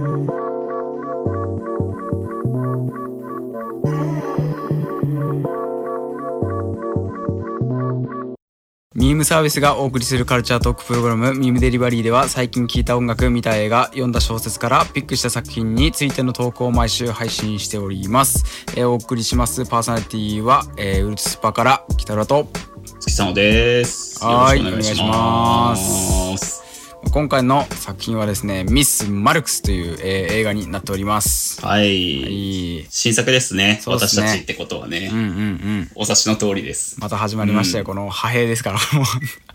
ミームサービスがお送りするカルチャートークプログラムミームデリバリーでは、最近聴いた音楽、見た映画、読んだ小説からピックした作品についてのトークを毎週配信しております。お送りしますパーソナリティは、ウルツスパから北浦と月さんです。 はい、お願いします。今回の作品はですね、ミス・マルクスという、映画になっております。 はい。新作ですね。私たちってことはね。お察しの通りです。 また始まりましたよ、この派兵ですからもう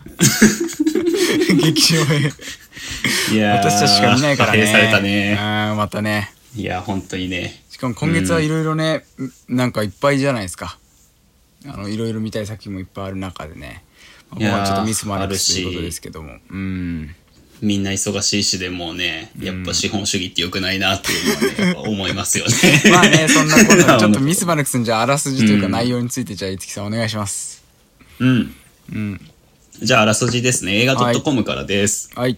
劇場へ。いや私たちしか見ないからね。 派兵されたね。 またね。 いや本当にね。 しかも今月はいろいろね、なんかいっぱいじゃないですか。いろいろ見たい作品もいっぱいある中でね。僕はちょっとミス・マルクスということですけども。 みんな忙しいしでもうね、やっぱ資本主義って良くないなっていうのはね、やっぱ思いますよね。 まあね、そんなことでちょっとミス・マルクスにじゃああらすじというか内容についてじゃあ五木さんお願いします。 じゃああらすじですね。映画 .com からです。 はい。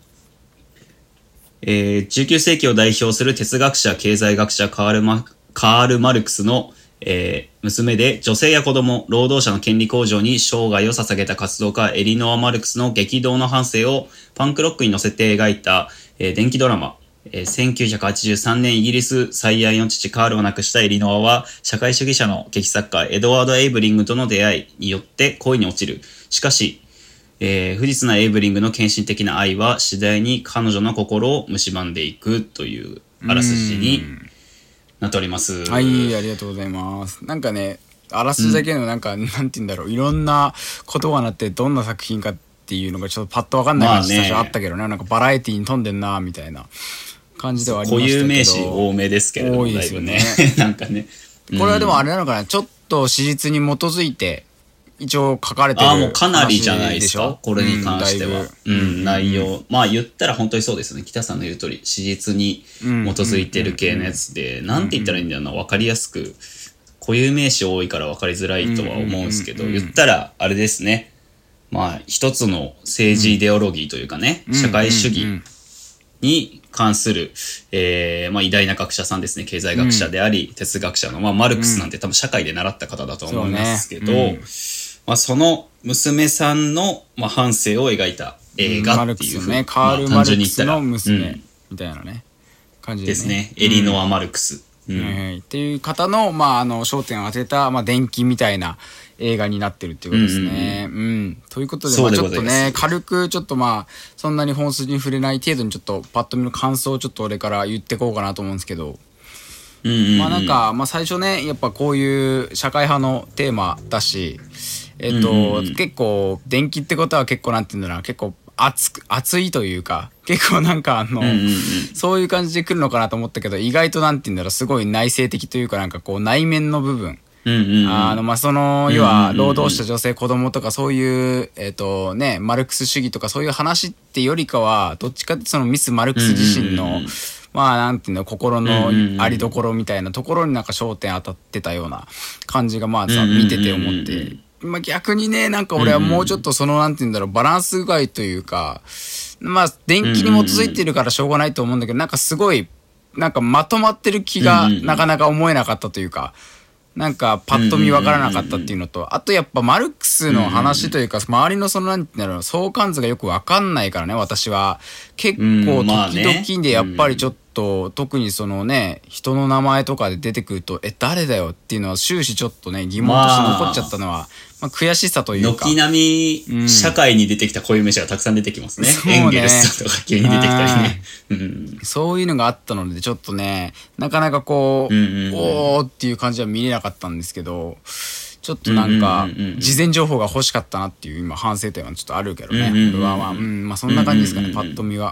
19世紀を代表する哲学者、経済学者カール・マルクスの娘で女性や子供、労働者の権利向上に生涯を捧げた活動家エリノア・マルクスの激動の半生をパンクロックに乗せて描いた、電気ドラマ。1983年イギリス最愛の父カールを亡くしたエリノアは社会主義者の劇作家エドワード・エイブリングとの出会いによって恋に落ちる。しかし、不実なエイブリングの献身的な愛は次第に彼女の心を蝕んでいくというあらすじになっております。 はい、ありがとうございます。なんかね、あらすじだけのなんか、なんて言うんだろう、いろんなことがなってどんな作品かっていうのがちょっとパッと分かんない感じ最初あったけどね、なんかバラエティーに富んでんなみたいな感じではありましたけど。 固有名詞多めですけれども、 多いですよね。 なんかね、 これはでもあれなのかな、ちょっと史実に基づいて一応書かれてる話でしょ。 もうかなりじゃないですか、これに関しては。内容。まあ言ったら本当にそうですね。北さんの言う通り、史実に基づいてる系のやつで、なんて言ったらいいんだよな、わかりやすく。固有名詞多いからわかりづらいとは思うんですけど、言ったらあれですね。まあ一つの政治イデオロギーというかね、社会主義に関する、まあ偉大な学者さんですね。経済学者であり、哲学者の、まあマルクスなんて多分社会で習った方だと思いますけど、まあ、その娘さんの、まあ、半生を描いた映画っていうふうに、 カール・マルクスの娘みたいなね、感じですね。エリノア・マルクス、 っていう方の、まあ、焦点を当てた、まあ、伝記みたいな映画になってるっていうことですね。ということで、まあ、ちょっとね、軽くちょっとまあそんなに本筋に触れない程度にちょっとパッと見の感想をちょっと俺から言ってこうかなと思うんですけど。まあなんか、まあ最初ね、やっぱこういう社会派のテーマだし、結構電気ってことは結構なんていうんだろうな、結構熱いというか、結構なんかそういう感じで来るのかなと思ったけど、意外となんていうんだろう、すごい内省的というか、なんかこう内面の部分、まあその要は労働者女性子供とかそういうねマルクス主義とかそういう話ってよりかは、どっちかってそのミス・マルクス自身のまあなんていうの、心のありどころみたいなところになんか焦点当たってたような感じがまあさ見てて思って、まあ逆にね、なんか俺はもうちょっとそのなんていうんだろう、バランス具合というか、まあ電気に基づいてるからしょうがないと思うんだけど、なんかすごいなんかまとまってる気がなかなか思えなかったというか、なんかパッと見分からなかったっていうのと、あとやっぱマルクスの話というか、周りのそのなんていうの相関図がよく分かんないからね、私は結構時々でやっぱりちょっと特にそのね人の名前とかで出てくると誰だよっていうのは終始ちょっとね疑問として残っちゃったのは、まあ悔しさというか、 軒並み社会に出てきた固有名詞がたくさん出てきますね。エンゲルスさんとか急に出てきたりね。 そういうのがあったのでちょっとねなかなかこう、おーっていう感じは見れなかったんですけど、ちょっとなんか事前情報が欲しかったなっていう今反省点はちょっとあるけどね。これはまあそんな感じですかね、パッと見は。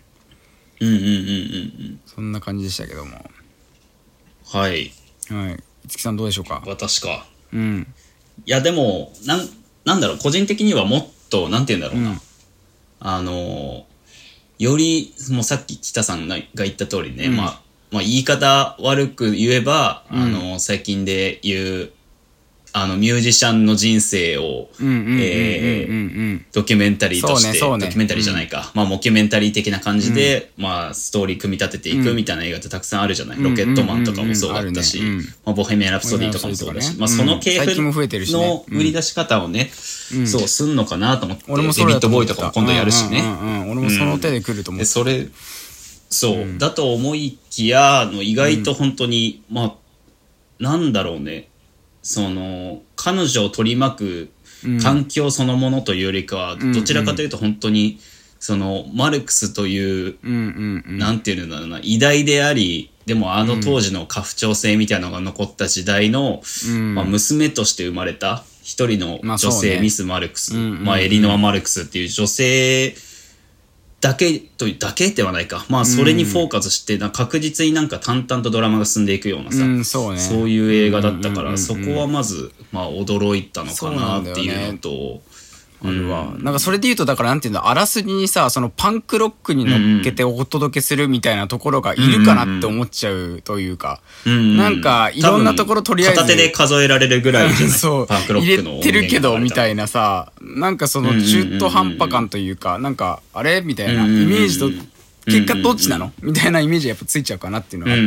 そんな感じでしたけども。 はい。 はい。五木さんどうでしょうか。 私か。いやでもなんだろう、個人的にはもっとなんて言うんだろうな、よりもうさっき北さんが言った通りね、まあ言い方悪く言えば、最近で言うミュージシャンの人生をドキュメンタリーとして、ドキュメンタリーじゃないか、まあモキュメンタリー的な感じで、まあストーリー組み立てていくみたいな映画ってたくさんあるじゃない。ロケットマンとかもそうだったし、まあボヘミアン・ラプソディとかもそうだし、まあその系譜の売り出し方をね、そうすんのかなと思って、デビッド・ボーイとかも今度やるしね。 俺もその手で来ると思って。 それ、そう、だと思いきや、意外と本当に、まあ、なんだろうね。彼女を取り巻く環境そのものというよりかは、どちらかというと本当にマルクスという、なんていうんだろうな、偉大であり、でも当時の家父長制みたいなのが残った時代の、まあ、娘として生まれた一人の女性、ミス・マルクス、まあ、エリノア・マルクスっていう女性だけではないか。まあ、それにフォーカスして、確実になんか淡々とドラマが進んでいくようなさ、そういう映画だったから、そこはまず、まあ、驚いたのかなっていうのと、 なんかそれで言うと、だからなんていうの、あらすじにさ、パンクロックに乗っけてお届けするみたいなところがいるかなって思っちゃうというか、なんかいろんなところとりあえず片手で数えられるぐらいじゃないそうパンクロックの入れてるけどみたいなさ、なんか中途半端感というか、なんかあれみたいなイメージと結果どっちなのみたいなイメージやっぱついちゃうかなっていうのがあって、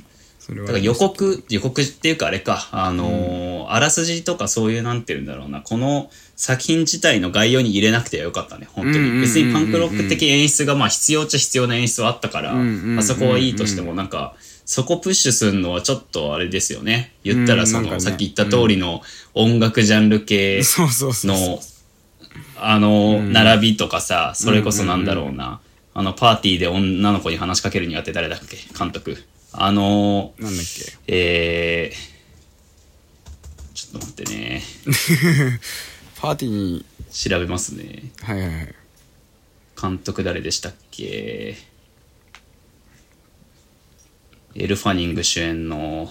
だから予告っていうかあれか、あらすじとかそういうなんていうんだろうな、この作品自体の概要に入れなくてよかったね、本当に。別にパンクロック的演出がまあ必要っちゃ必要な演出はあったから、あそこはいいとしても、なんか、そこプッシュするのはちょっとあれですよね。言ったらさっき言った通りの音楽ジャンル系の、並びとかさ、それこそなんだろうな、パーティーで女の子に話しかけるにはって誰だっけ監督。 なんだっけちょっと待ってねパーティーに調べますね。 はいはいはい。 監督誰でしたっけ。エル・ファニング主演の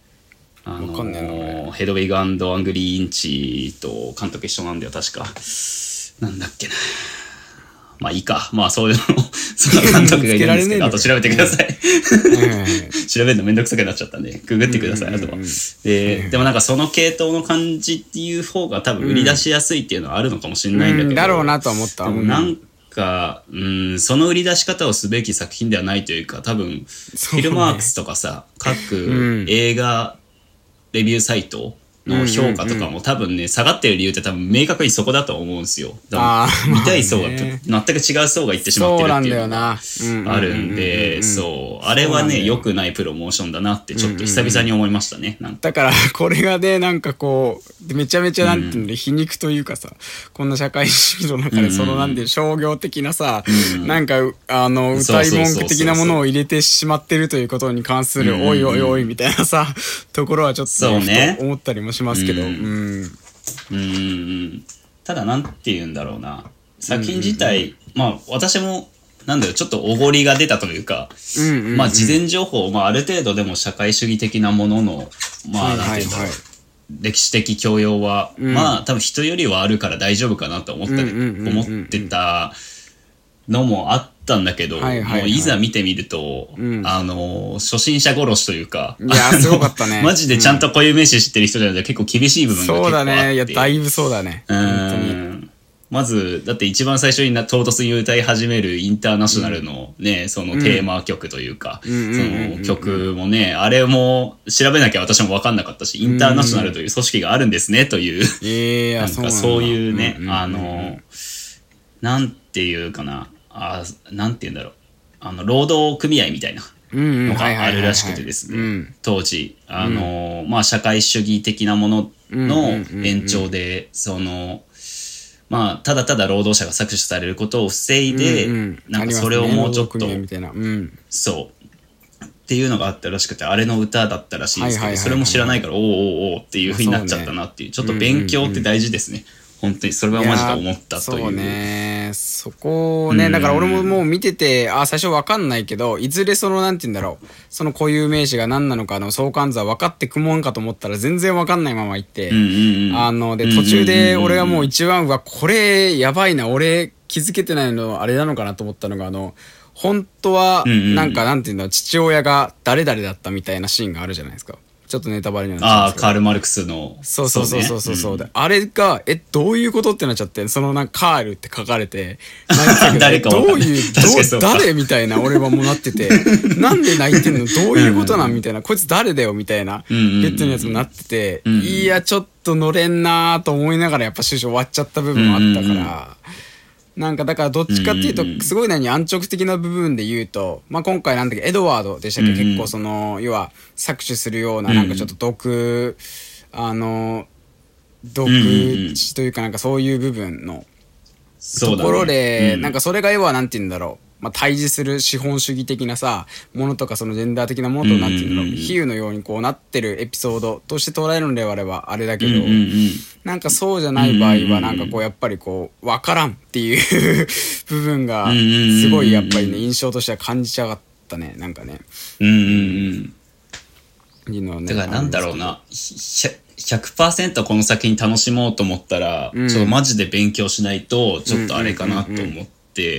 ヘドウィグ&アングリー・インチと監督一緒なんだよ確か。なんだっけな。まあいいか。まあそういうのその監督がいるんですけど、あと調べてください。調べるのめんどくさくなっちゃったんで、ググってください、あとは。でもなんかその系統の感じっていう方が多分売り出しやすいっていうのはあるのかもしれないんだけど。 だろうなと思った。 でもなんか、その売り出し方をすべき作品ではないというか、多分、フィルマークスとかさ、各映画レビューサイトの評価とかも多分ね、下がってる理由って多分明確にそこだと思うんですよ。見たい層が全く違う層がいってしまってるっていうのがあるんで、そうあれはね良くないプロモーションだなってちょっと久々に思いましたね。 だからこれがねなんかこうめちゃめちゃなんていうの皮肉というかさ、こんな社会主義の中でそのなんで商業的なさ、なんか歌い文句的なものを入れてしまってるということに関するおいおいおいみたいなさところはちょっと思ったりもしますけど、 ただなんて言うんだろうな、作品自体、まあ私もなんだよちょっとおごりが出たというか、まあ事前情報、まあある程度でも社会主義的なもののまあなんて言うんだろう、歴史的教養は、まあ多分人よりはあるから大丈夫かなと思ってたのもあったんだけど、もういざ見てみると、初心者殺しというか、 いやすごかったねマジでちゃんと固有名詞知ってる人じゃないと結構厳しい部分が結構あって。 そうだね、いやだいぶそうだね。 まずだって一番最初に唐突に歌い始めるインターナショナルのね、そのテーマ曲というか、その曲もね、あれも調べなきゃ私も分かんなかったし、インターナショナルという組織があるんですねという、なんかそういうね、なんていうかな、なんていうんだろう、労働組合みたいなのがあるらしくてですね、当時まあ社会主義的なものの延長で、そのまあただただ労働者が搾取されることを防いで、なんかそれをもうちょっと、そうっていうのがあったらしくて、あれの歌だったらしいんですけど、それも知らないからおおっていう風になっちゃったなっていう、ちょっと勉強って大事ですね。本当にそれはマジで思ったという。 そうね、そこをね、だから俺ももう見てて最初わかんないけど、いずれそのなんて言うんだろう、その固有名詞が何なのかの相関図は分かってくもんかと思ったら全然わかんないままいって、で途中で俺がもう一番これやばいな、俺気づけてないのあれなのかなと思ったのが、本当はなんかなんて言うんだろう、父親が誰々だったみたいなシーンがあるじゃないですか。 ちょっとネタバレになっちゃうんですけど。 カール・マルクスの。 そう。で、あれが、どういうことってなっちゃって、そのなんかカールって書かれて、 誰かどういう、誰みたいな俺はもうなってて、なんで泣いてんのどういうことなんみたいな、こいつ誰だよみたいな、ベッドのやつもなってて、いや、ちょっと乗れんなーと思いながらやっぱ終始終わっちゃった部分もあったから、なんかだからどっちかっていうとすごい安直的な部分で言うと、まあ今回なんだっけエドワードでしたっけ、結構その要は搾取するようななんかちょっと毒死というかなんかそういう部分のところで、なんかそれが要はなんて言うんだろう、まあ対峙する資本主義的なさものとかそのジェンダー的なものとなんて言うんだろう、比喩のようにこうなってるエピソードとして捉えるのであればあれだけど、なんかそうじゃない場合はなんかこうやっぱりこう分からんっていう部分がすごいやっぱりね印象としては感じちゃがったね、なんかね。 だからなんだろうな、100% この作品楽しもうと思ったら、ちょっとマジで勉強しないとちょっとあれかなと思って、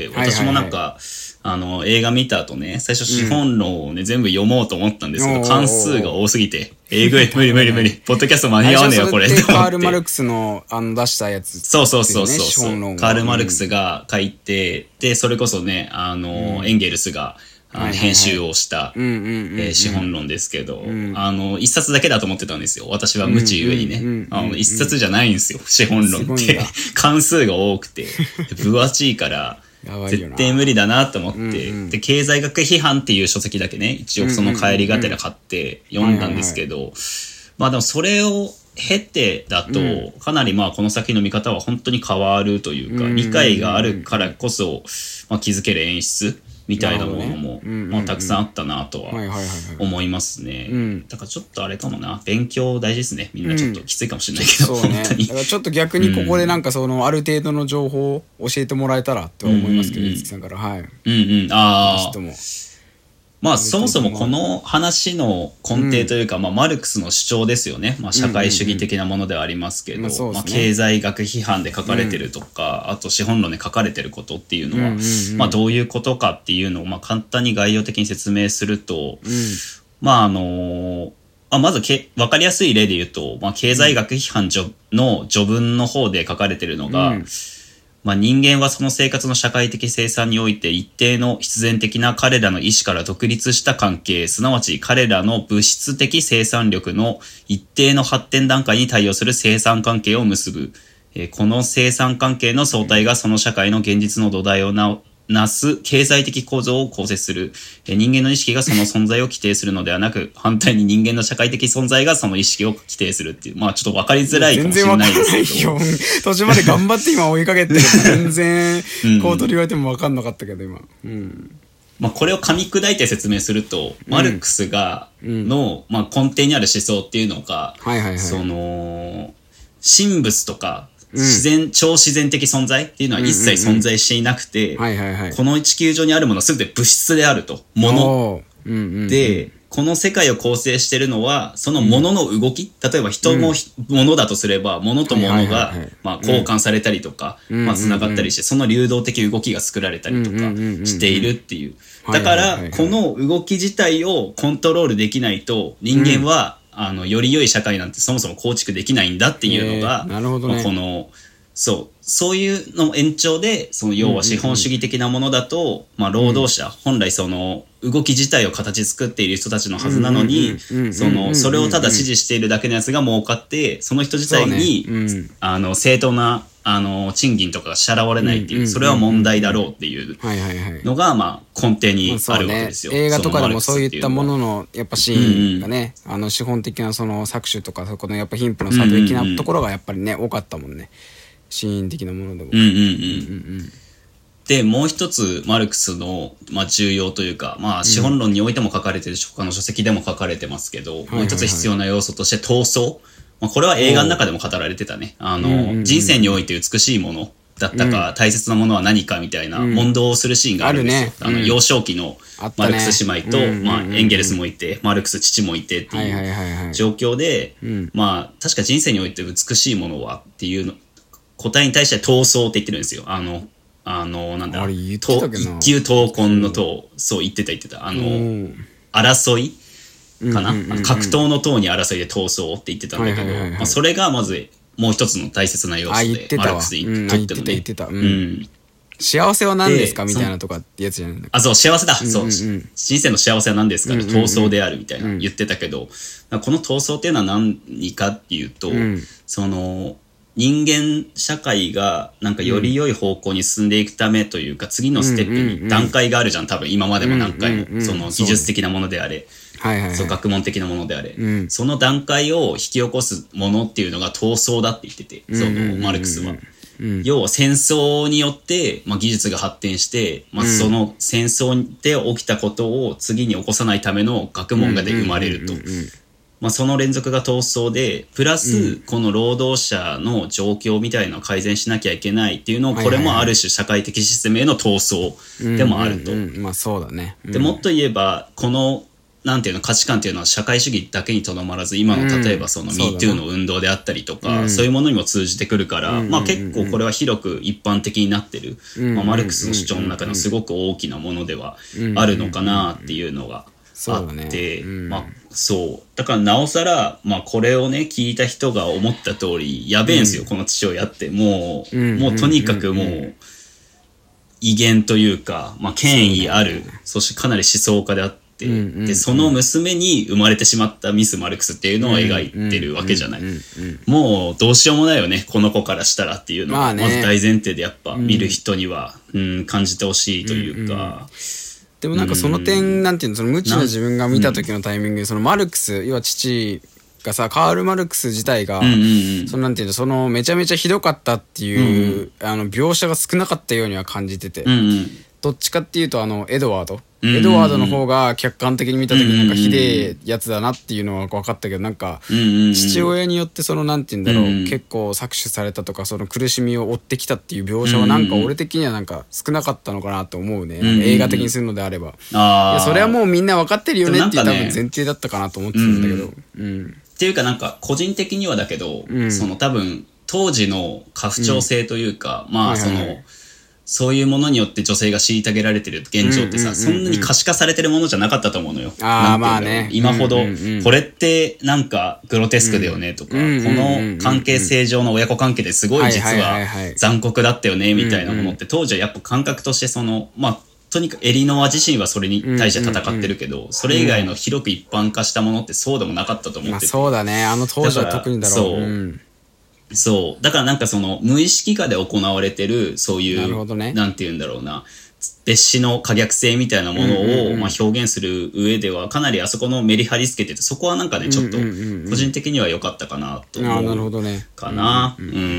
私もなんか映画見た後ね、最初資本論をね、全部読もうと思ったんですけど、関数が多すぎて、英語無理ポッドキャスト間に合わねえよこれ。 カール・マルクスの出したやつ、 そうカール・マルクスが書いて、でそれこそねエンゲルスが編集をした資本論ですけど、一冊だけだと思ってたんですよ。私は無知ゆえにね。一冊じゃないんですよ、資本論って。関数が多くて、分厚いから、絶対無理だなと思って、で、経済学批判っていう書籍だけね、一応その帰りがてら買って読んだんですけど、まあでもそれを経てだと、かなりまあこの先の見方は本当に変わるというか、理解があるからこそ、まあ、気づける演出、みたいなものも、まあ、たくさんあったなとは思いますね。だからちょっとあれかもな、勉強大事ですね。みんなちょっときついかもしれないけど、 そうね。だからちょっと逆にここでなんかそのある程度の情報を教えてもらえたらとは思いますけど、五木さんから。はい。 まあそもそもこの話の根底というか、まあマルクスの主張ですよね。まあ社会主義的なものではありますけど、まあ経済学批判で書かれてるとか、あと資本論で書かれてることっていうのは、まあどういうことかっていうのをまあ簡単に概要的に説明すると、まあまずわかりやすい例で言うと、まあ経済学批判の序文の方で書かれてるのが、まあ、人間はその生活の社会的生産において一定の必然的な彼らの意思から独立した関係、すなわち彼らの物質的生産力の一定の発展段階に対応する生産関係を結ぶ。この生産関係の相対がその社会の現実の土台をなす経済的構造を構成する。人間の意識がその存在を規定するのではなく、反対に人間の社会的存在がその意識を規定するっていう、まあちょっと分かりづらいかもしれないですけど。 途中まで頑張って今追いかけてる全然こう取り言われても分かんなかったけど今。 まあこれを噛み砕いて説明すると、マルクスがの、まあ根底にある思想っていうのが、その神仏とか超自然的存在っていうのは一切存在していなくて、この地球上にあるものは全て物質であると。もの。で、この世界を構成しているのは、そのものの動き、例えば人もものだとすれば、ものとものがまあ交換されたりとか、まあ繋がったりして、その流動的動きが作られたりとかしているっていう。だから、この動き自体をコントロールできないと、人間は、より良い社会なんてそもそも構築できないんだっていうのが、このそういうの延長で、その要は資本主義的なものだと、まあ労働者、本来その動き自体を形作っている人たちのはずなのに、それをただ支持しているだけのやつが儲かって、その人自体に正当な賃金とかが支払われないっていう、それは問題だろうっていうのがまあ根底にあるわけですよ。 映画とかでもそういったもののやっぱシーンがね、資本的なその搾取とかそこのやっぱ貧富の差的なところがやっぱりね多かったもんね。シーン的なものでも。 でもう一つマルクスの、まあ、重要というか、まあ、資本論においても書かれてるし、他の書籍でも書かれてますけど、もう一つ必要な要素として闘争。まあ、これは映画の中でも語られてたね。人生において美しいものだったか、大切なものは何かみたいな問答をするシーンがあるんですよ。幼少期のマルクス姉妹と、まあ、エンゲルスもいて、マルクス父もいてっていう状況で、まあ、確か人生において美しいものはっていうの、答えに対して闘争って言ってるんですよ。なんだ、一級闘魂の闘、そう言ってた。争いかな、格闘の闘に争いで闘争って言ってたんだけど、それがまずもう一つの大切な要素で、マルクスにとってもね。 言ってた。幸せは何ですかみたいなとかってやつじゃないんだ。 あ、そう、幸せだ。そう。人生の幸せは何ですか、闘争であるみたいな言ってたけど、この闘争っていうのは何かっていうと、その、人間社会がなんかより良い方向に進んでいくためというか、次のステップに段階があるじゃん、多分今までも何回も。その技術的なものであれ、そう学問的なものであれ、その段階を引き起こすものっていうのが闘争だって言ってて、そのマルクスは。要は戦争によって、技術が発展して、その戦争で起きたことを次に起こさないための学問がで生まれると。その連続が闘争で、プラスこの労働者の状況みたいなのを改善しなきゃいけないっていうのを、これもある種社会的システムへの闘争でもあると。 そうだね。 でもっと言えば、このなんていうの価値観っていうのは社会主義だけにとどまらず、今の例えばその MeToo の運動であったりとか、そういうものにも通じてくるから、結構これは広く一般的になってる、マルクスの主張の中のすごく大きなものではあるのかなっていうのがあって、そうだからなおさら、これをね聞いた人が思った通りやべえんすよ、この父親ってもうとにかくもう威厳というか、権威ある、そしてかなり思想家であって、でその娘に生まれてしまったミス・マルクスっていうのを描いてるわけじゃない。もうどうしようもないよね、この子からしたらっていうのがまず大前提でやっぱ見る人には感じてほしいというか。 でもなんかその点、なんていうの、その無知な自分が見た時のタイミングで、そのマルクス、要は父がさ、カール・マルクス自体が、そのなんていうの、そのめちゃめちゃひどかったっていう、描写が少なかったようには感じてて、どっちかっていうとエドワードの方が客観的に見た時になんかひでえやつだなっていうのは分かったけど、なんか父親によってそのなんて言うんだろう、結構搾取されたとかその苦しみを負ってきたっていう描写はなんか俺的にはなんか少なかったのかなと思うね。なんか映画的にするのであれば、いやそれはもうみんな分かってるよねっていう多分前提だったかなと思ってたんだけど、 っていうかなんか個人的にはだけど、その多分当時の家父長制というか、そのそういうものによって女性が虐げられてる現状ってさ、そんなに可視化されてるものじゃなかったと思うのよ。今ほど、これってなんかグロテスクだよねとか、この関係性上の親子関係ですごい実は残酷だったよねみたいなものって当時はやっぱ感覚としてその、とにかくエリノア自身はそれに対して戦ってるけど、それ以外の広く一般化したものってそうでもなかったと思ってて。 そうだね、当時は特にだろう。 そうだからなんかその無意識下で行われてるそういう、なんて言うんだろうな、別視の可逆性みたいなものを表現する上ではかなりあそこのメリハリつけてて、そこはなんかねちょっと個人的には良かったかなと思うかな。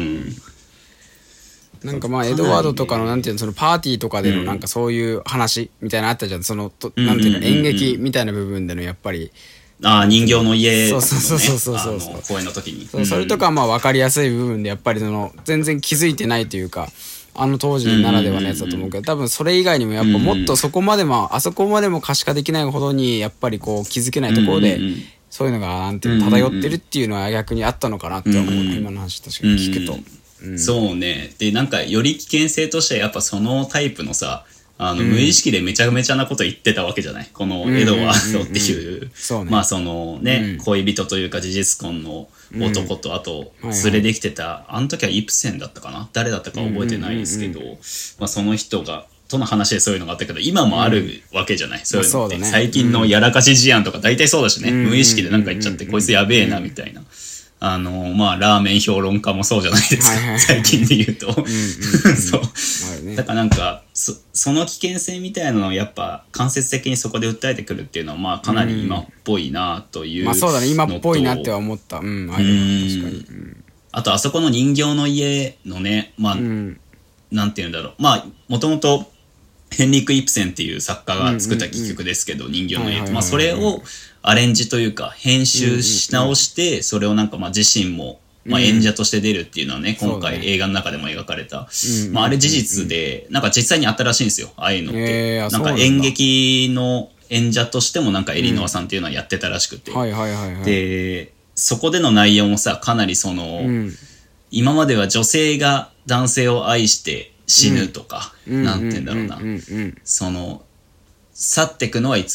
なんかエドワードとかのなんていうの、そのパーティーとかでのなんかそういう話みたいなのあったじゃん。そのなんていうの、演劇みたいな部分でのやっぱり人形の家のね、 公演の時にそれとか分かりやすい部分でやっぱりその全然気づいてないというか、当時ならではのやつだと思うけど、多分それ以外にもやっぱもっとそこまでもあそこまでも可視化できないほどにやっぱりこう気づけないところでそういうのがなんていうの漂ってるっていうのは逆にあったのかなって思う、今の話確かに聞くと。 そうね。でなんかより危険性としてはやっぱそのタイプのさ、無意識でめちゃめちゃなこと言ってたわけじゃない、このエドワードっていうそのね、恋人というか事実婚の男と、あと連れてきてた、あの時はイプセンだったかな、誰だったか覚えてないですけど、その人がとの話でそういうのがあったけど、今もあるわけじゃない、そういうのって。最近のやらかし事案とか大体そうだしね、無意識でなんか言っちゃって、こいつやべえなみたいな。ラーメン評論家もそうじゃないですか、最近で言うと。そうだからなんかその危険性みたいなのをやっぱ間接的にそこで訴えてくるっていうのはかなり今っぽいなというのと、 そうだね、今っぽいなっては思った。確かに。 あとあそこの人形の家のね、なんていうんだろう、もともとヘンリック・イプセンっていう作家が作った戯曲ですけど、人形の家、それをアレンジというか編集し直して、それをなんか自身も演者として出るっていうのはね、今回映画の中でも描かれた、あれ事実でなんか実際にあったらしいんですよ、ああいうのって。なんか演劇の演者としてもなんかエリノアさんっていうのはやってたらしくて、でそこでの内容もさ、かなりその、今までは女性が男性を愛して死ぬとか、なんて言うんだろうな、その去ってくのはいつも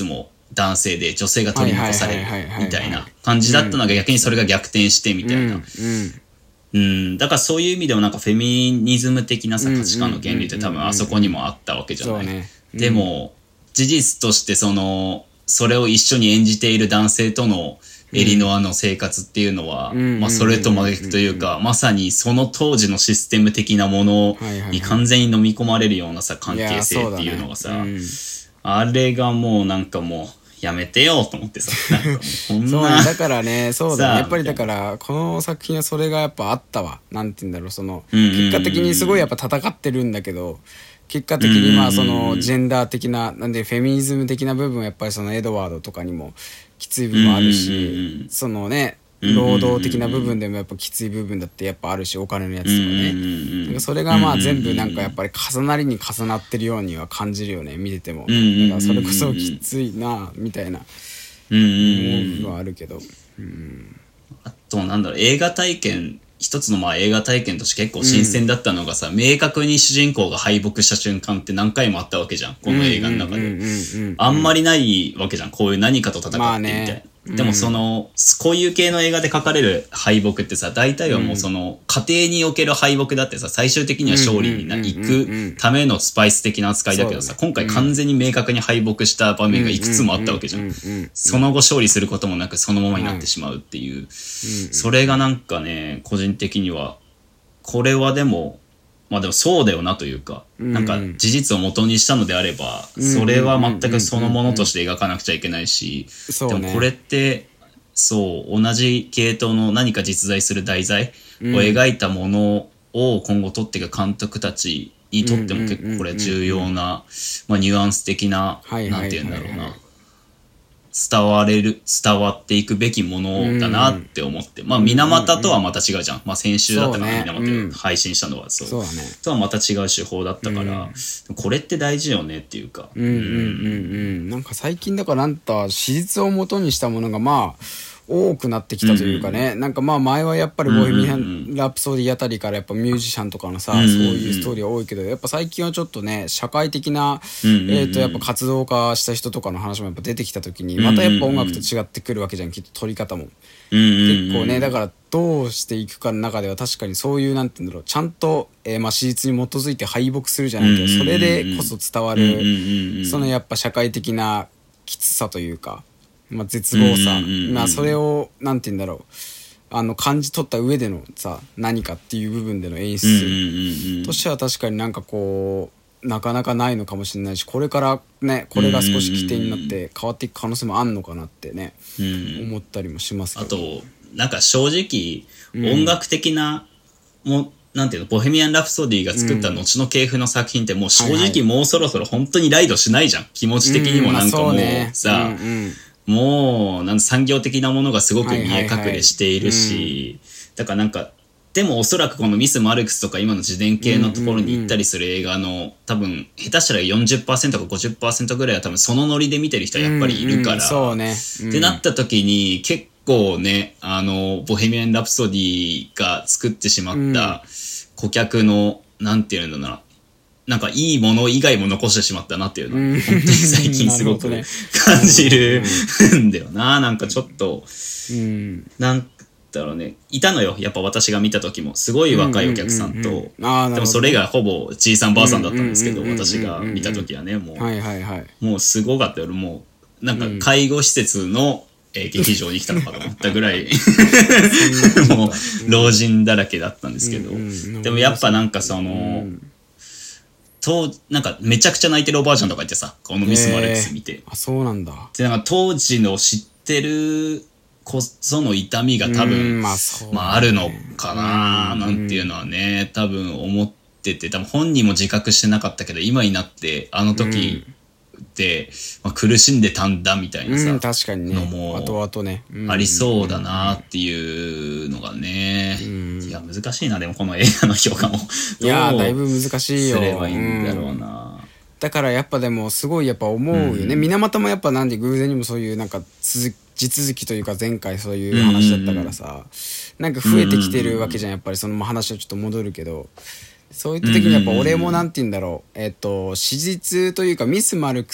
男性で女性が取り残されるみたいな感じだったのが逆にそれが逆転してみたいな。だからそういう意味でもなんかフェミニズム的なさ価値観の原理って多分あそこにもあったわけじゃない。でも事実としてそれを一緒に演じている男性とのエリノアの生活っていうのは、それと真逆というか、まさにその当時のシステム的なものに完全に飲み込まれるようなさ関係性っていうのがさ、あれがもうなんかもうやめてよと思ってさ、なんかもうこんなそうだからね、そうだね、やっぱりだからこの作品はそれがやっぱあったわ。なんて言うんだろう、結果的にすごいやっぱ戦ってるんだけど、結果的にまあそのジェンダー的ななんでフェミニズム的な部分はやっぱりそのエドワードとかにもきつい部分もあるし、そのね労働的な部分でもやっぱきつい部分だってやっぱあるし、お金のやつとかね、だからそれがまあ全部なんかやっぱり重なりに重なってるようには感じるよね、見てても。だからそれこそきついなみたいな思う部分はあるけど、 あとなんだろう、映画体験一つのまあ映画体験として結構新鮮だったのがさ、明確に主人公が敗北した瞬間って何回もあったわけじゃん、この映画の中で。あんまりないわけじゃん、こういう何かと戦ってみたいな。でもこういう系の映画で書かれる敗北ってさ、大体はもうその家庭における敗北だってさ、最終的には勝利に行くためのスパイス的な扱いだけどさ、今回完全に明確に敗北した場面がいくつもあったわけじゃん。その後勝利することもなくそのままになってしまうっていう、それがなんかね、個人的にはこれはでもまあでもそうだよなというか、なんか事実を元にしたのであれば、それは全くそのものとして描かなくちゃいけないし、でもこれってそう同じ系統の何か実在する題材を描いたものを今後撮っていく監督たちにとっても結構これ重要な、まあニュアンス的な、なんていうんだろうな、伝わっていくべきものだなって思って、まあ水俣とはまた違うじゃん。まあ先週だったから水俣配信したのはそうだね。とはまた違う手法だったから、これって大事よねっていうか。 なんか最近だからなんか史実を元にしたものがまあ多くなってきたというかね、なんかまあ前はやっぱりボヘミアン・ラプソディあたりからやっぱミュージシャンとかのさ、そういうストーリーは多いけど、やっぱ最近はちょっとね社会的なやっぱ活動家した人とかの話もやっぱ出てきた時にまたやっぱ音楽と違ってくるわけじゃん、きっと撮り方も結構ね。だからどうしていくかの中では確かにそういうなんていうんだろう、ちゃんとまあ史実に基づいて敗北するじゃないけど、それでこそ伝わるそのやっぱ社会的なきつさというか、まあ、絶望さ、まあそれをなんて言うんだろう、感じ取った上でのさ何かっていう部分での演出としては確かになんかこうなかなかないのかもしれないし、これからねこれが少し起点になって変わっていく可能性もあんのかなってね、思ったりもしますけど。 あとなんか正直音楽的ななんていうの、ボヘミアン・ラプソディが作った後の系譜の作品ってもう正直もうそろそろ本当にライドしないじゃん、気持ち的にもなんかもうさ、もう産業的なものがすごく見え隠れしているし、だからなんかでもおそらくこのミス・マルクスとか今の自伝系のところに行ったりする映画の多分下手したら 40% か 50% ぐらいは多分そのノリで見てる人はやっぱりいるから、ってなった時に結構ね、ボヘミアン・ラプソディが作ってしまった顧客のなんていうんだろうな、なんかいいもの以外も残してしまったなっていうのは本当に最近すごく感じるんだよな。なんかちょっとなんだろうね、いたのよやっぱ私が見た時もすごい若いお客さんと、でもそれがほぼじいさんばあさんだったんですけど、私が見た時はねもうすごかったよ。もうなんか介護施設の劇場に来たのかと思ったぐらいもう老人だらけだったんですけど、でもやっぱなんかそのなんかめちゃくちゃ泣いてるおばあちゃんとかいてさ、このミス・マルクス見て、 あ、そうなんだ。 でなんか当時の知ってるこその痛みが多分まああるのかななんていうのはね多分思ってて、多分本人も自覚してなかったけど今になってあの時で、まあ、苦しんでたんだみたいなさ、 確かにね、 のも後々ねありそうだなっていうのがね、いや難しいなでもこの映画の評価もいやだいぶ難しいよ。 すればいいんだろうな。 だからやっぱでもすごいやっぱ思うよね、水俣もやっぱなんで偶然にもそういうなんか地続きというか前回そういう話だったからさ、なんか増えてきてるわけじゃん、やっぱりその話はちょっと戻るけど、そういった時にやっぱ俺もなんて言うんだろう、史実というかミス・マルクス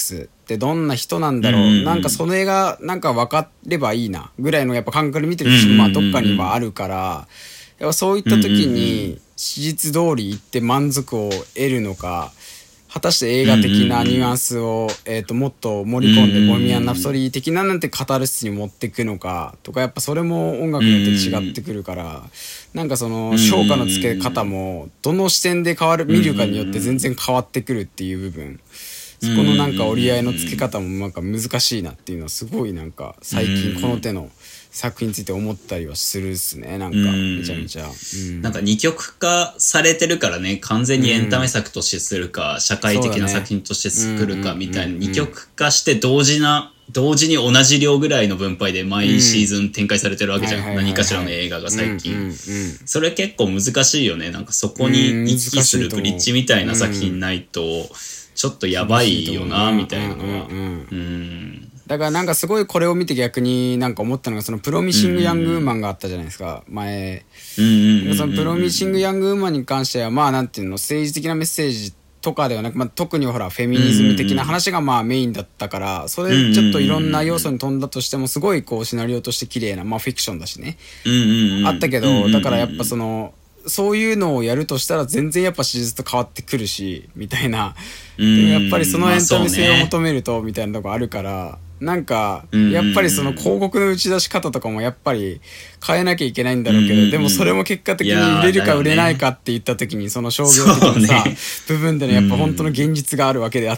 ってどんな人なんだろう、なんかそれがなんか分かればいいなぐらいのやっぱ感覚で見てる節もまあどっかにはあるから、やっぱそういった時に史実通り言って満足を得るのか、果たして映画的なニュアンスを、もっと盛り込んでボヘミアン・ラプソディ的ななんてカタルシスに持っていくのかとか、やっぱそれも音楽によって違ってくるから、なんかその評価のつけ方もどの視点で見るかによって全然変わってくるっていう部分、そこのなんか折り合いのつけ方もなんか難しいなっていうのはすごいなんか最近この手の作品について思ったりはするっすね。なんかめちゃめちゃ、 なんか二極化されてるからね、完全にエンタメ作としてするか、社会的な作品として作るかみたいな二極化して同時に同じ量ぐらいの分配で毎シーズン展開されてるわけじゃん、何かしらの映画が最近。それ結構難しいよね。なんかそこに行き来するブリッジみたいな作品ないとちょっとやばいよなみたいなのは。 だからなんかすごいこれを見て逆になんか思ったのが、そのプロミシング・ヤング・ウーマンがあったじゃないですか前。そのプロミシング・ヤング・ウーマンに関してはまあなんていうの、政治的なメッセージとかではなく、まあ、特にほらフェミニズム的な話がまあメインだったから、それちょっといろんな要素に富んだとしてもすごいこうシナリオとして綺麗な、まあフィクションだしね、あったけど、だからやっぱそういうのをやるとしたら全然やっぱ史実と変わってくるしみたいな、でもやっぱりそのエンタメ性を求めるとみたいなとこあるから、なんかやっぱりその広告の打ち出し方とかもやっぱり変えなきゃいけないんだろうけど、でもそれも結果的に売れるか売れないかって言った時にその商業的なさ部分でのやっぱ本当の現実があるわけであって、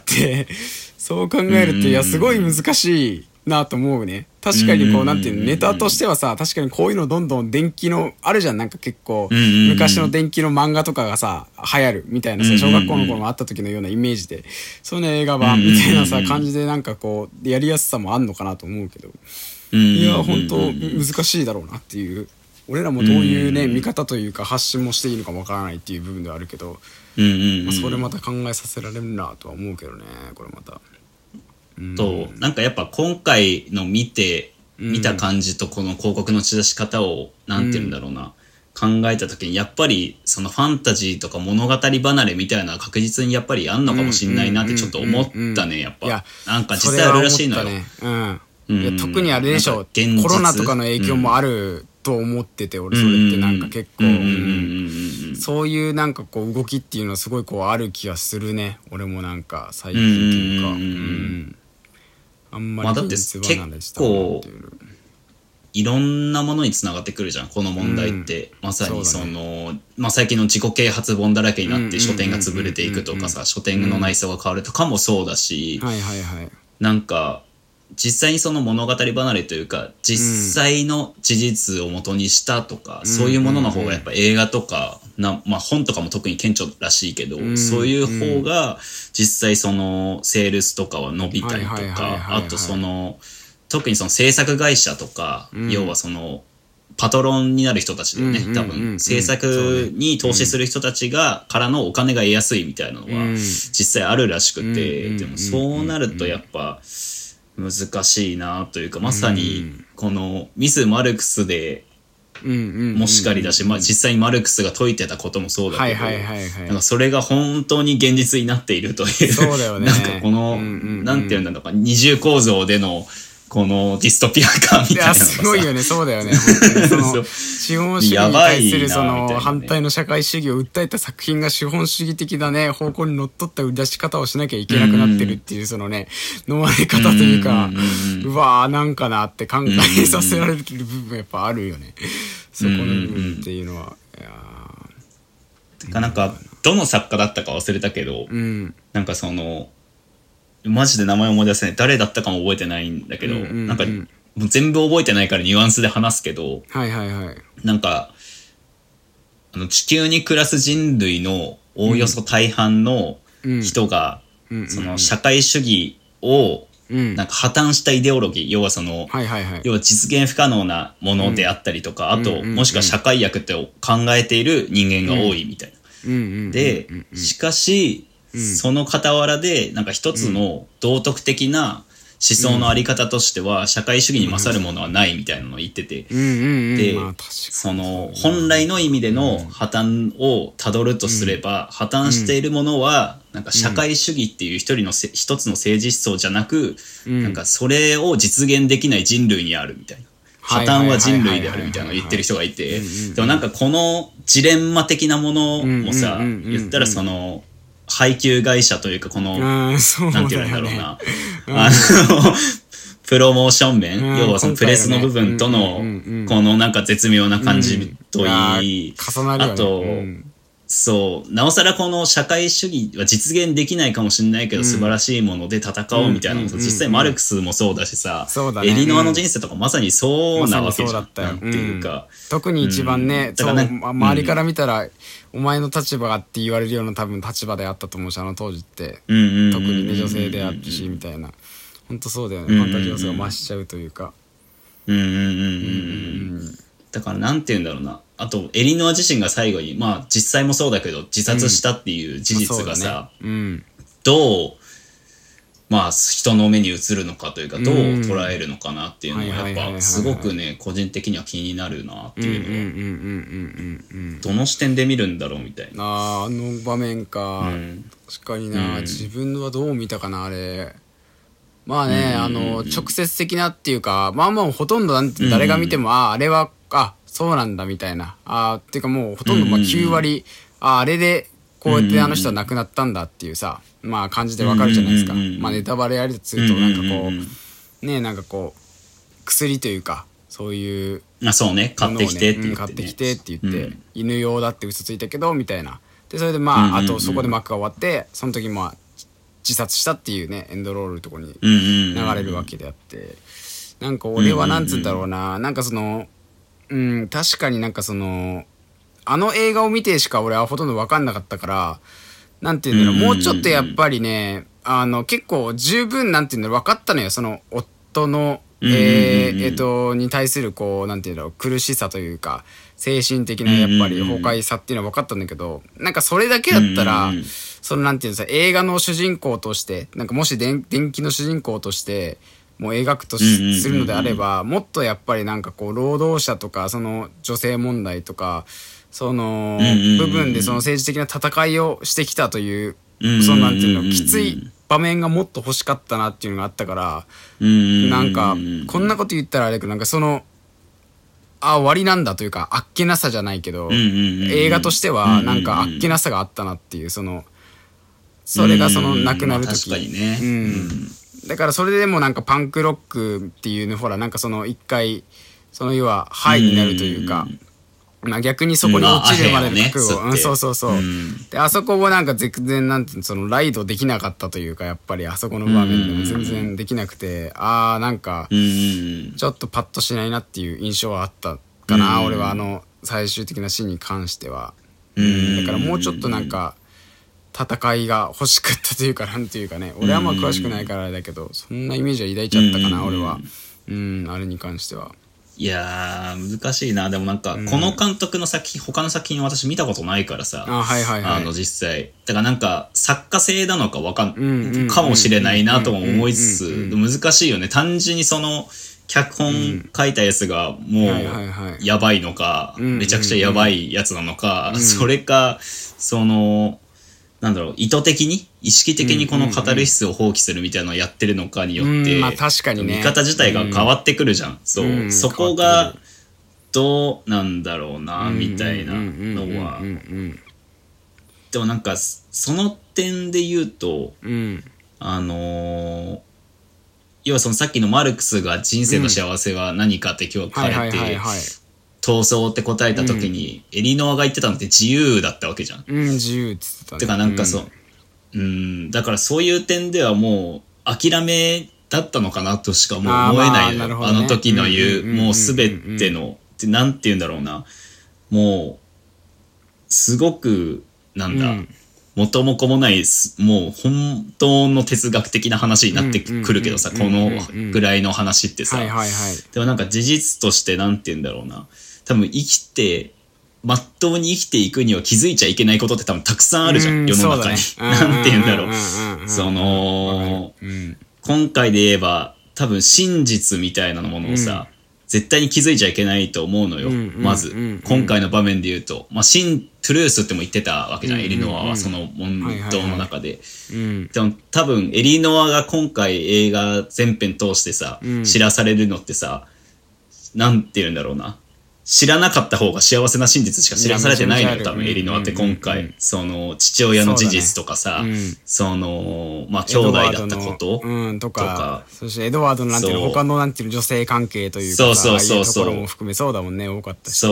そう考えるといやすごい難しいなと思うね。確かにこうなんていうの、ネタとしてはさ、確かにこういうのどんどん電気のあるじゃん、なんか結構昔の電気の漫画とかがさ流行るみたいなさ、小学校の頃もあった時のようなイメージで、そういうの映画版みたいなさ感じでなんかこうやりやすさもあんのかなと思うけど、いや本当難しいだろうなっていう、俺らもどういうね見方というか発信もしていいのかわからないっていう部分ではあるけど、それまた考えさせられるなとは思うけどね、これまた。 なんかやっぱ今回の見た感じとこの広告の打ち出し方をなんていうんだろうな、考えた時にやっぱりそのファンタジーとか物語離れみたいなのは確実にやっぱりあんのかもしんないなってちょっと思ったね。やっぱなんか実際あるらしいのよ。 いや特にあれでしょ、コロナとかの影響もあると思ってて、俺それってなんか結構そういうなんかこう動きっていうのはすごいこうある気がするね。俺もなんか最近っていうか、あんまりだって結構いろんなものにつながってくるじゃんこの問題って、まさに最近の自己啓発本だらけになって書店が潰れていくとかさ、書店の内装が変わるとかもそうだし、なんか実際にその物語離れというか実際の事実を元にしたとか、そういうものの方がやっぱ映画とか本とかも特に顕著らしいけど、そういう方が実際そのセールスとかは伸びたりとか、あと特にその制作会社とか、要はそのパトロンになる人たちだよね、多分制作に投資する人たちからのお金が得やすいみたいなのは実際あるらしくて、でもそうなるとやっぱ難しいなというか、まさにこのミス・マルクスでもしかりだし、実際にマルクスが説いてたこともそうだけど、なんかそれが本当に現実になっているという、なんかこのなんていうんだろうか、二重構造でのこのディストピア感みたいなのがさ、 すごいよね。そうだよね。その資本主義に対するその反対の社会主義を訴えた作品が資本主義的なね方向にのっとった売り出し方をしなきゃいけなくなってるっていう、そのね飲まれ方というか、うわーなんかなって考えさせられる部分やっぱあるよね。そこの部分っていうのは。 なんかどの作家だったか忘れたけど、なんかそのマジで名前思い出せない、誰だったかも覚えてないんだけど、なんかもう全部覚えてないからニュアンスで話すけど、なんか地球に暮らす人類のおおよそ大半の人がその社会主義をなんか破綻したイデオロギー、要はその要は実現不可能なものであったりとか、あともしくは社会悪って考えている人間が多いみたいな。でしかしその傍らでなんか一つの道徳的な想のあり方としては、社会主義に勝るものはないみたいなのを言ってて、で、その本来の意味での破綻をたどるとすれば、破綻しているものはなんか社会主義っていう一つの政治思想じゃなく、なんかそれを実現できない人類にあるみたいな。破綻は人類であるみたいなのを言ってる人がいて、でもなんかこのジレンマ的なものもさ、言ったらその配給会社というかこの、なんていうんだろうな、プロモーション面、要はそのプレスの部分とのこのなんか絶妙な感じといい、あと、そう、なおさらこの社会主義は実現できないかもしれないけど、素晴らしいもので戦おうみたいなのと、実際マルクスもそうだしさ、エリノアの人生とかまさにそうなわけじゃん。なんていうか。 特に一番ね、周りから見たら、お前の立場がって言われるような多分立場であったと思うし、あの当時って。特にね、女性であるし、みたいな。ほんとそうだよね。ファンタジー要素が増しちゃうというか。 だからなんて言うんだろうな。あとエリノア自身が最後にまあ実際もそうだけど自殺したっていう事実がさ、どうまあ人の目に映るのかというかどう捉えるのかなっていうのはやっぱすごくね個人的には気になるなっていうのはどの視点で見るんだろうみたいな。 あの場面か、確かにな、自分はどう見たかなあれ。まあね、直接的なっていうか、まあもうほとんど誰が見ても、あれは、そうなんだみたいな。っていうかもうほとんどまあ9割、あれでこうやってあの人は亡くなったんだっていうさ、まあ感じでわかるじゃないですか。まあネタバレやりとすると、なんかこう、ね、なんかこう、薬というか、そういうそうね、買ってきてって言って、 買ってきてって言って、犬用だって嘘ついたけど、みたいな。で、それでまあ、あとそこで幕が終わって、その時まあ、自殺したっていうねエンドロールのとこに流れるわけであって、なんか俺はなんつうんだろうな、なんかその確かになんかそのあの映画を見てしか俺はほとんど分かんなかったから、なんていうんだろう、もうちょっとやっぱりね結構十分なんていうんだろう分かったのよ、その夫のに対するこうなんていうんだろう苦しさというか精神的なやっぱり崩壊さっていうのは分かったんだけど、なんかそれだけだったらそのなんていうのさ、映画の主人公としてなんかもし電気の主人公としてもう描くとするのであれば、もっとやっぱりなんかこう労働者とかその女性問題とかその部分でその政治的な戦いをしてきたというそのなんていうのきつい場面がもっと欲しかったなっていうのがあったから、なんかこんなこと言ったらあれだけど、なんかその終わりなんだというかあっけなさじゃないけど、映画としてはなんかあっけなさがあったなっていう、それがその亡くなる時、だからそれでもなんかパンクロックっていうね、ほらなんかその一回その要はハイになるというか、まあ逆にそこに落ちるまでの覚悟、そうそうそう、であそこもなんか全然なんていうの、そのライドできなかったというか、やっぱりあそこの場面でも全然できなくて、なんかちょっとパッとしないなっていう印象はあったかな、俺は最終的なシーンに関しては。だからもうちょっとなんか戦いが欲しかったというか、なんていうかね、俺はあんま詳しくないからあれだけど、そんなイメージは抱いちゃったかな、俺は。あれに関しては。 いやー難しいな。でもなんかこの監督の作品、他の作品私見たことないからさ、実際だからなんか作家性なのかかもしれないなとも思いつつ、難しいよね。単純にその脚本書いたやつがもうやばいのか、めちゃくちゃやばいやつなのか、それかそのなんだろう、意図的に意識的にこのカタルシスを放棄するみたいなのをやってるのかによって、 確かにね、 見方自体が変わってくるじゃん。そこがどうなんだろうなみたいなのは。でもなんかその点で言うと、要はそのさっきのマルクスが人生の幸せは何かって今日聞かれて闘争って答えた時に、エリノアが言ってたのって自由だったわけじゃん。 自由って言ってたね。 てかなんかだからそういう点ではもう諦めだったのかなとしかもう思えないのよ。あの時の言うもう全てのってなんて言うんだろうな、もうすごくなんだ、元も子もないもう本当の哲学的な話になってくるけどさ、このぐらいの話ってさ、でもなんか事実としてなんて言うんだろうな、多分まっとうに生きていくには気づいちゃいけないことって多分たくさんあるじゃん、世の中に。なんて言うんだろう。 今回で言えば多分真実みたいなものをさ、絶対に気づいちゃいけないと思うのよ、まず、今回の場面で言うと、まあ、トゥルースっても言ってたわけじゃん、エリノアはその問答の中で。でも多分エリノアが今回映画全編通してさ、知らされるのってさ、なんて言うんだろうな、知らなかった方が幸せな真実しか知らされてないのよ、多分エリノアって今回、その父親の事実とかさ、そのまあ兄弟だったこととか、そしてエドワードのなんていうの、他のなんていうの女性関係というかさ、ああいうところも含めそうだもんね、多かったし。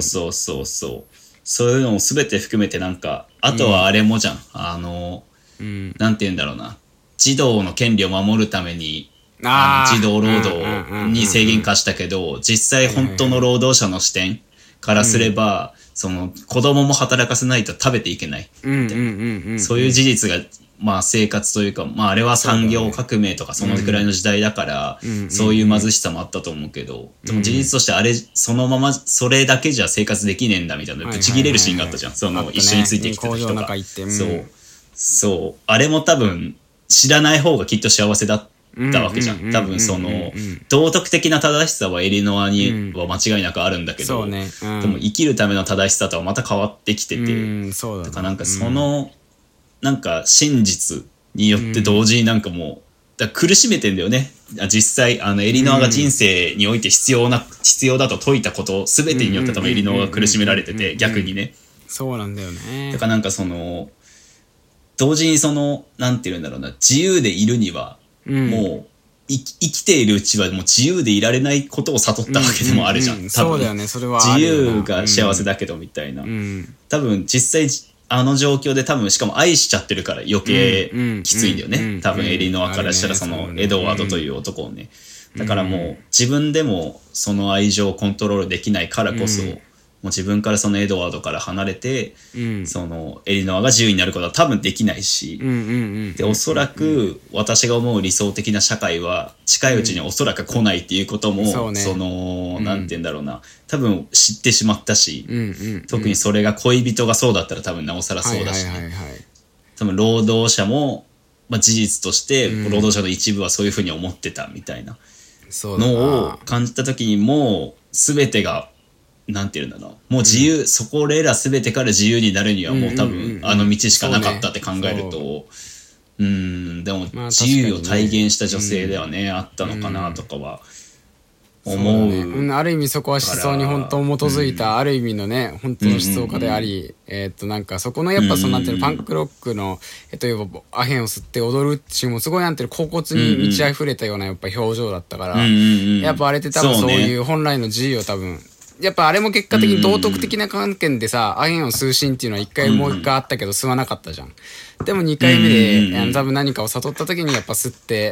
そういうのを全て含めて、なんかあとはあれもじゃん、なんて言うんだろうな、児童の権利を守るために児童労働に制限化したけど、実際本当の労働者の視点からすれば、その子供も働かせないと食べていけない、そういう事実が、まあ生活というか、まああれは産業革命とかそのくらいの時代だから、そういう貧しさもあったと思うけど、でも事実としてあれそのままそれだけじゃ生活できねえんだみたいなぶち切れるシーンがあったじゃん、その一緒についてきてた人が。そうあれも多分知らない方がきっと幸せだったわけじゃん。多分その道徳的な正しさはエリノアには間違いなくあるんだけど、でも生きるための正しさとはまた変わってきてて、だからなんかそのなんか真実によって同時になんかもうだ苦しめてんだよね。実際エリノアが人生において必要だと説いたこと全てによって多分エリノアが苦しめられてて、逆にね。 そうなんだよね。 だからなんかその同時にそのなんていうんだろうな、自由でいるにはもう生きているうちはもう自由でいられないことを悟ったわけでもあるじゃん。多分そうだよね、それは自由が幸せだけどみたいな。多分実際あの状況で多分しかも愛しちゃってるから余計きついんだよね。多分エリノアからしたらそのエドワードという男をね。だからもう自分でもその愛情をコントロールできないからこそ、もう自分からそのエドワードから離れて、そのエリノアが自由になることは多分できないし、でおそらく私が思う理想的な社会は近いうちにおそらく来ないっていうことも、そのなんて言うんだろうな、多分知ってしまったし、特にそれが恋人がそうだったら多分なおさらそうだし、多分労働者も、まあ、事実として労働者の一部はそういうふうに思ってたみたいなのを感じた時に、もう全てがなんていうんだろう、もう自由、そこら全てから自由になるにはもう多分あの道しかなかったって考えると、でも自由を体現した女性ではね、あったのかなとかは思う。 ある意味そこは思想に本当基づいた、ある意味のね本当の思想家であり、なんかそこのやっぱそのなんていうの、パンクロックのアヘンを吸って踊るっていうもすごいなんていうの、恍惚に満ち溢れたようなやっぱ表情だったから、やっぱあれって多分そういう本来の自由を多分やっぱあれも結果的に道徳的な観点でさ、アヘンを吸うシーンっていうのはもう一回あったけど吸わなかったじゃん。でも2回目で多分何かを悟った時にやっぱ吸って、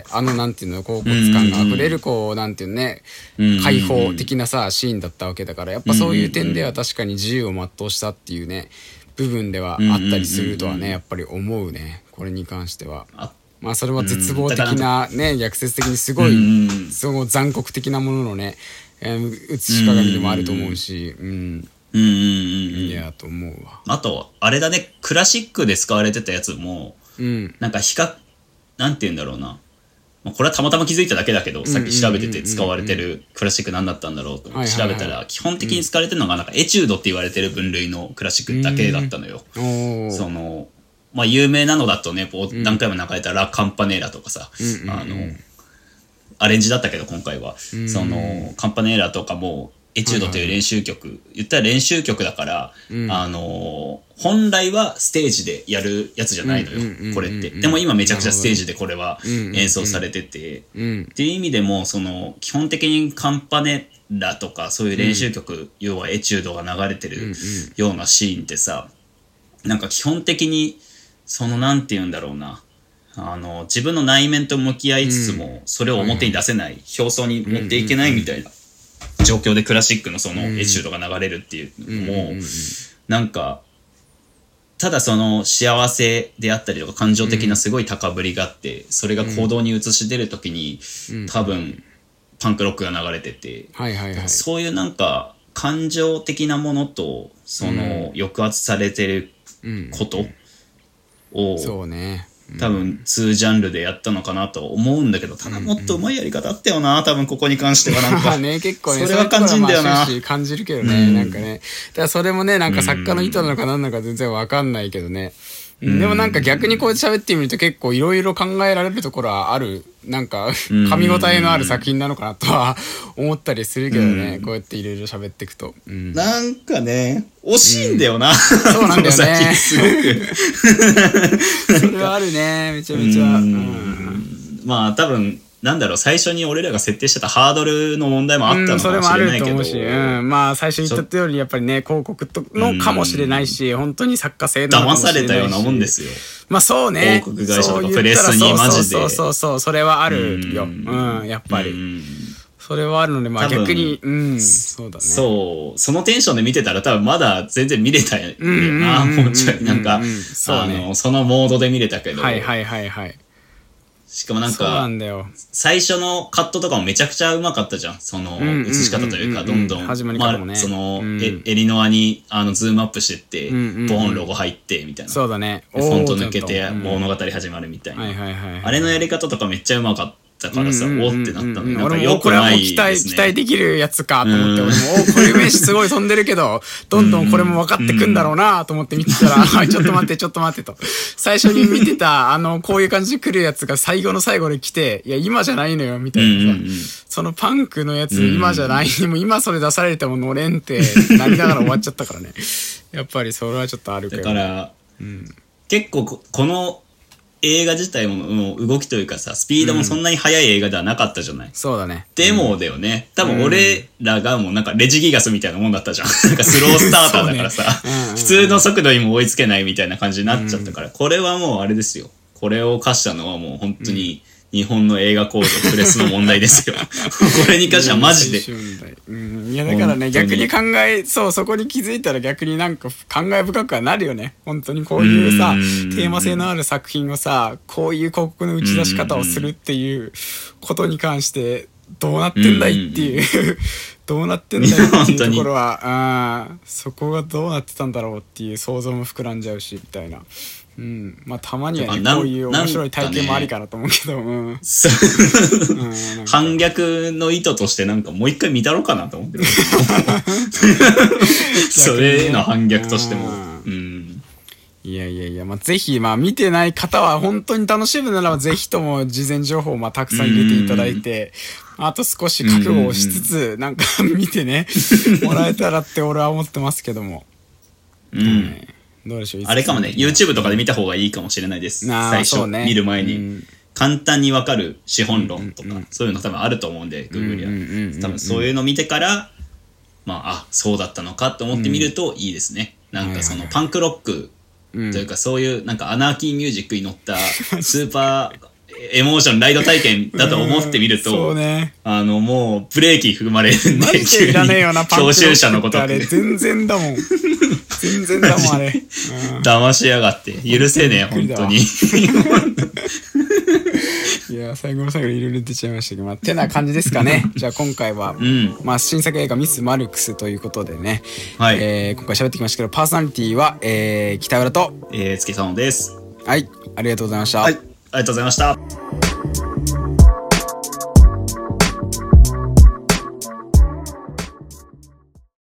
なんていうの、恍惚感があふれるこうなんていうね、開放的なさシーンだったわけだから、やっぱそういう点では確かに自由を全うしたっていうね部分ではあったりするとはね、やっぱり思うね、これに関しては。まあそれは絶望的なね、逆説的にすごい残酷的なもののね映し鏡でもあると思うし、いやと思うわ。 あとあれだね、クラシックで使われてたやつも、なんかなんて言うんだろうな、これはたまたま気づいただけだけど、さっき調べてて使われてるクラシック何だったんだろうと思って調べたら、基本的に使われてるのがなんかエチュードって言われてる分類のクラシックだけだったのよ。そのまあ有名なのだとね、何回も流れたラ・カンパネーラとかさ、アレンジだったけど今回は、そのカンパネーラとかもエチュードという練習曲、言ったら練習曲だから、本来はステージでやるやつじゃないのよ、これって。でも今めちゃくちゃステージでこれは演奏されてて、っていう意味でもその基本的にカンパネラとかそういう練習曲、要はエチュードが流れてるようなシーンってさ、なんか基本的にそのなんて言うんだろうな、自分の内面と向き合いつつも、それを表に出せない、表層に持っていけないみたいな状況でクラシックのそのエチュードが流れるっていうのも、なんかただその幸せであったりとか感情的なすごい高ぶりがあって、それが行動に移し出る時に多分パンクロックが流れてて、そういうなんか感情的なものとその抑圧されてることを、 そうね、 多分2ジャンルでやったのかなと思うんだけど、ただもっと上手いやり方あったよな、多分ここに関してはなんか。 ね、結構ね、 それは感じんだよな。 感じるけどね、なんかね。だからそれもね、なんか作家の意図なのか何なのか全然わかんないけどね。でもなんか逆にこうやって喋ってみると結構いろいろ考えられるところはある、なんか噛み応えのある作品なのかなとは思ったりするけどね、こうやっていろいろ喋っていくと。 なんかね、惜しいんだよな。 そうなんだよね。 すごく。 それはあるね、めちゃめちゃ。 まあ多分、なんだろう、最初に俺らが設定してたハードルの問題もあったのかもしれないけど、 まあ最初に言ったようにやっぱりね、広告のかもしれないし、本当に作家性なのかもしれないし、 騙されたようなもんですよ。 まあそうね、 広告会社とかプレスにマジで、 そうそれはあるよ。やっぱりそれはあるので、まあ逆にそうだね。 そのテンションで見てたら多分まだ全然見れたよな、もうちょいなんかそのモードで見れたけど、 はいしかもなんか最初のカットとかもめちゃくちゃうまかったじゃん。その映し方というか、どんどん始まりからもね、 そのエリノアにズームアップしてってボーンロゴ入ってみたいな、 そうだね、 フォント抜けて物語始まるみたいな、あれのやり方とかめっちゃうまかったからさ、おってなったの。なんかよくないですね。 これも期待できるやつかと思って、俺もこういう名詞すごい飛んでるけど、どんどんこれも分かってくんだろうなと思って見てたら、ちょっと待ってと。最初に見てたこういう感じで来るやつが最後の最後で来て、いや今じゃないのよみたいなさ、そのパンクのやつ今じゃない、もう今それ出されても乗れんってなりながら終わっちゃったからね。やっぱりそれはちょっとあるけど。 だから結構この映画自体も動きというかさ、スピードもそんなに速い映画ではなかったじゃない。 そうだね。 でもだよね。多分俺らがもうなんかレジギガスみたいなもんだったじゃん。なんかスロースターターだからさ、普通の速度にも追いつけないみたいな感じになっちゃったから、これはもうあれですよ。これを課したのはもう本当に日本の映画構造、プレスの問題ですよ。これに関してはマジで。 いやだからね、逆にそこに気づいたら逆になんか感慨深くはなるよね。本当にこういうさ、テーマ性のある作品をさ、こういう広告の打ち出し方をするっていうことに関して、どうなってんだいっていう、どうなってんだいっていうところは、そこがどうなってたんだろうっていう想像も膨らんじゃうし、みたいな。まあたまにはね、こういう面白い体験もありかなと思うけど、 反逆の意図としてなんかもう一回見たろうかなと思ってる。それの反逆としても。 いや、まあぜひ、まあ見てない方は本当に楽しむならばぜひとも事前情報をたくさん入れていただいて、あと少し覚悟をしつつ、なんか見てね、もらえたらって俺は思ってますけども。どうでしょう。 あれかもね、YouTube とかで見た方がいいかもしれないです。最初見る前に簡単にわかる資本論とか、そういうの多分あると思うんで、Google や多分そういうの見てから、まあそうだったのかと思ってみるといいですね。なんかそのパンクロックというか、そういうなんかアナーキーミュージックに乗ったスーパーエモーションライド体験だと思ってみると、もうブレーキ踏まれるんで、教習車のことって全然だもん。全然だもんあれ。 騙しやがって許せねえ本当に。 いや最後の最後でいろいろ出ちゃいましたけど、てな感じですかね。じゃあ今回はまあ新作映画ミス・マルクスということでね、今回喋ってきましたけど、パーソナリティは北浦と月佐野です。 はい、ありがとうございました。 はい、ありがとうございました。